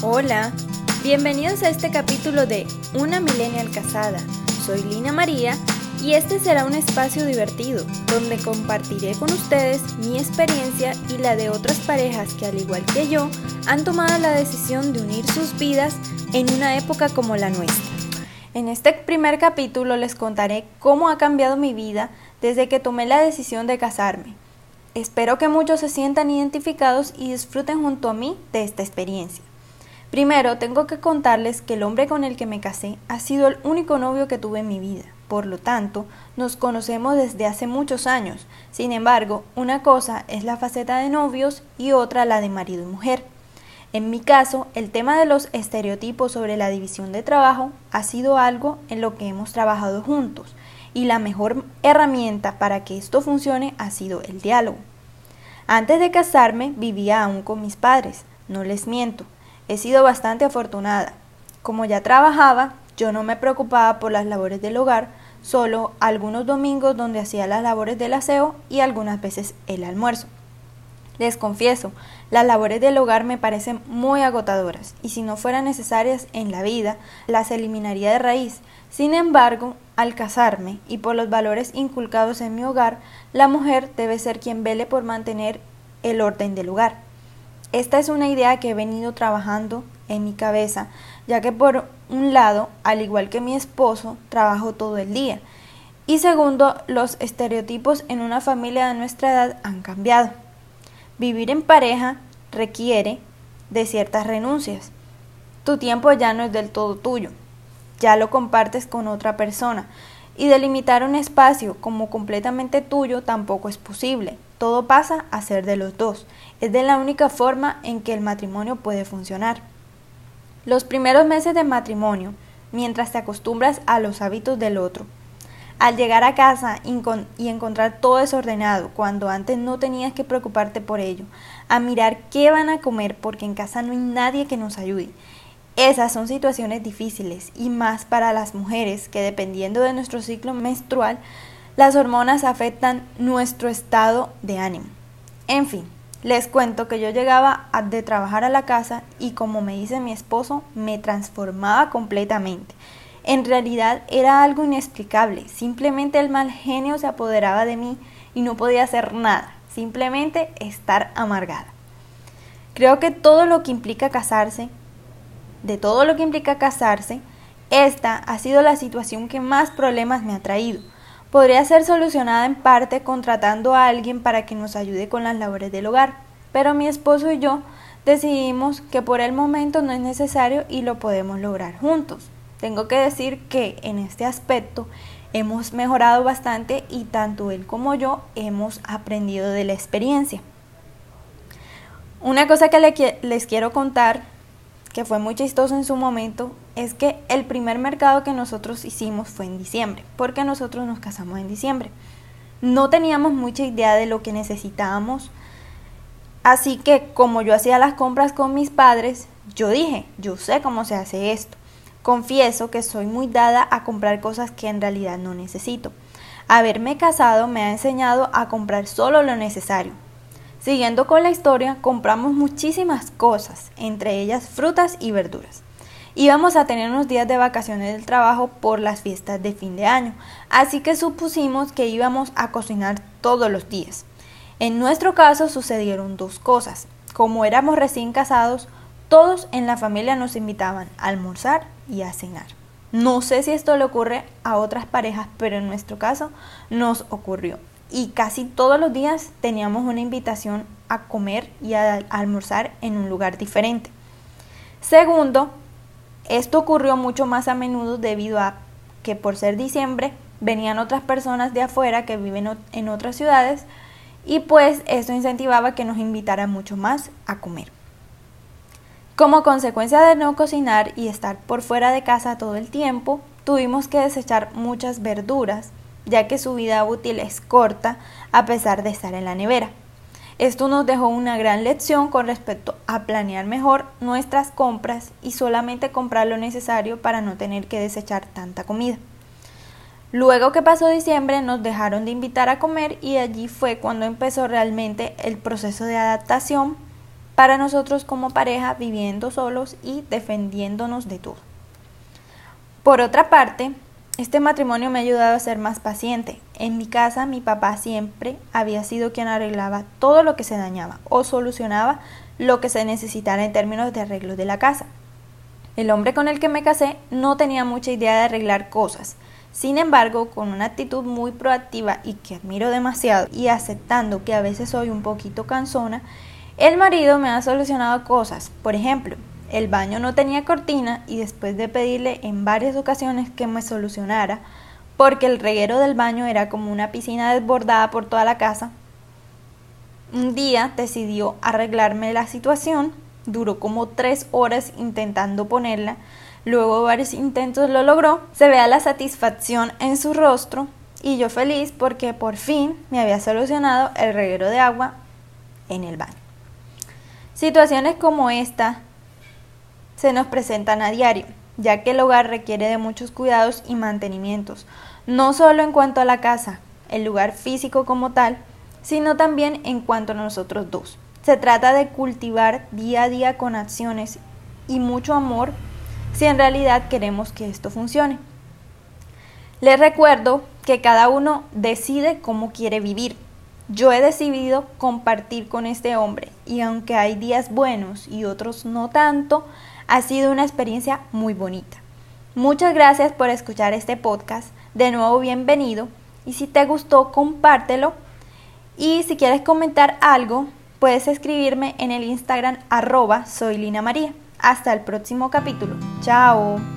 Hola, bienvenidos a este capítulo de Una Millennial Casada. Soy Lina María y este será un espacio divertido donde compartiré con ustedes mi experiencia y la de otras parejas que, al igual que yo, han tomado la decisión de unir sus vidas en una época como la nuestra. En este primer capítulo les contaré cómo ha cambiado mi vida desde que tomé la decisión de casarme. Espero que muchos se sientan identificados y disfruten junto a mí de esta experiencia. Primero, tengo que contarles que el hombre con el que me casé ha sido el único novio que tuve en mi vida. Por lo tanto, nos conocemos desde hace muchos años. Sin embargo, una cosa es la faceta de novios y otra la de marido y mujer. En mi caso, el tema de los estereotipos sobre la división de trabajo ha sido algo en lo que hemos trabajado juntos, y la mejor herramienta para que esto funcione ha sido el diálogo. Antes de casarme, vivía aún con mis padres, no les miento. He sido bastante afortunada. Como ya trabajaba, yo no me preocupaba por las labores del hogar, solo algunos domingos donde hacía las labores del aseo y algunas veces el almuerzo. Les confieso, las labores del hogar me parecen muy agotadoras y si no fueran necesarias en la vida, las eliminaría de raíz. Sin embargo, al casarme y por los valores inculcados en mi hogar, la mujer debe ser quien vele por mantener el orden del hogar. Esta es una idea que he venido trabajando en mi cabeza, ya que por un lado, al igual que mi esposo, trabajo todo el día. Y segundo, los estereotipos en una familia de nuestra edad han cambiado. Vivir en pareja requiere de ciertas renuncias. Tu tiempo ya no es del todo tuyo, ya lo compartes con otra persona. Y delimitar un espacio como completamente tuyo tampoco es posible. Todo pasa a ser de los dos. Es de la única forma en que el matrimonio puede funcionar. Los primeros meses de matrimonio, mientras te acostumbras a los hábitos del otro. Al llegar a casa y encontrar todo desordenado, cuando antes no tenías que preocuparte por ello. A mirar qué van a comer porque en casa no hay nadie que nos ayude. Esas son situaciones difíciles y más para las mujeres que, dependiendo de nuestro ciclo menstrual, las hormonas afectan nuestro estado de ánimo. En fin, les cuento que yo llegaba de trabajar a la casa y, como me dice mi esposo, me transformaba completamente. En realidad era algo inexplicable, simplemente el mal genio se apoderaba de mí y no podía hacer nada, simplemente estar amargada. Creo que de todo lo que implica casarse, esta ha sido la situación que más problemas me ha traído. Podría ser solucionada en parte contratando a alguien para que nos ayude con las labores del hogar, pero mi esposo y yo decidimos que por el momento no es necesario y lo podemos lograr juntos. Tengo que decir que en este aspecto hemos mejorado bastante y tanto él como yo hemos aprendido de la experiencia. Una cosa que les quiero contar, que fue muy chistoso en su momento, es que el primer mercado que nosotros hicimos fue en diciembre, porque nosotros nos casamos en diciembre. No teníamos mucha idea de lo que necesitábamos, así que como yo hacía las compras con mis padres, yo dije, yo sé cómo se hace esto. Confieso que soy muy dada a comprar cosas que en realidad no necesito. Haberme casado me ha enseñado a comprar solo lo necesario. Siguiendo con la historia, compramos muchísimas cosas, entre ellas frutas y verduras. Íbamos a tener unos días de vacaciones del trabajo por las fiestas de fin de año, así que supusimos que íbamos a cocinar todos los días. En nuestro caso sucedieron dos cosas. Como éramos recién casados, todos en la familia nos invitaban a almorzar y a cenar. No sé si esto le ocurre a otras parejas, pero en nuestro caso nos ocurrió. Y casi todos los días teníamos una invitación a comer y a almorzar en un lugar diferente. Segundo, esto ocurrió mucho más a menudo debido a que por ser diciembre venían otras personas de afuera que viven en otras ciudades y pues esto incentivaba que nos invitaran mucho más a comer. Como consecuencia de no cocinar y estar por fuera de casa todo el tiempo, tuvimos que desechar muchas verduras, ya que su vida útil es corta a pesar de estar en la nevera. Esto nos dejó una gran lección con respecto a planear mejor nuestras compras y solamente comprar lo necesario para no tener que desechar tanta comida. Luego que pasó diciembre nos dejaron de invitar a comer y allí fue cuando empezó realmente el proceso de adaptación para nosotros como pareja viviendo solos y defendiéndonos de todo. Por otra parte, este matrimonio me ha ayudado a ser más paciente. En mi casa, mi papá siempre había sido quien arreglaba todo lo que se dañaba o solucionaba lo que se necesitara en términos de arreglos de la casa. El hombre con el que me casé no tenía mucha idea de arreglar cosas. Sin embargo, con una actitud muy proactiva y que admiro demasiado y aceptando que a veces soy un poquito cansona, el marido me ha solucionado cosas. Por ejemplo, el baño no tenía cortina y después de pedirle en varias ocasiones que me solucionara, porque el reguero del baño era como una piscina desbordada por toda la casa, un día decidió arreglarme la situación. Duró como 3 horas intentando ponerla, luego de varios intentos lo logró. Se veía la satisfacción en su rostro y yo feliz porque por fin me había solucionado el reguero de agua en el baño. Situaciones como esta se nos presentan a diario, ya que el hogar requiere de muchos cuidados y mantenimientos, no solo en cuanto a la casa, el lugar físico como tal, sino también en cuanto a nosotros dos. Se trata de cultivar día a día con acciones y mucho amor si en realidad queremos que esto funcione. Les recuerdo que cada uno decide cómo quiere vivir. Yo he decidido compartir con este hombre y aunque hay días buenos y otros no tanto, ha sido una experiencia muy bonita. Muchas gracias por escuchar este podcast. De nuevo, bienvenido. Y si te gustó, compártelo. Y si quieres comentar algo, puedes escribirme en el Instagram @soylinamaria. Hasta el próximo capítulo. Chao.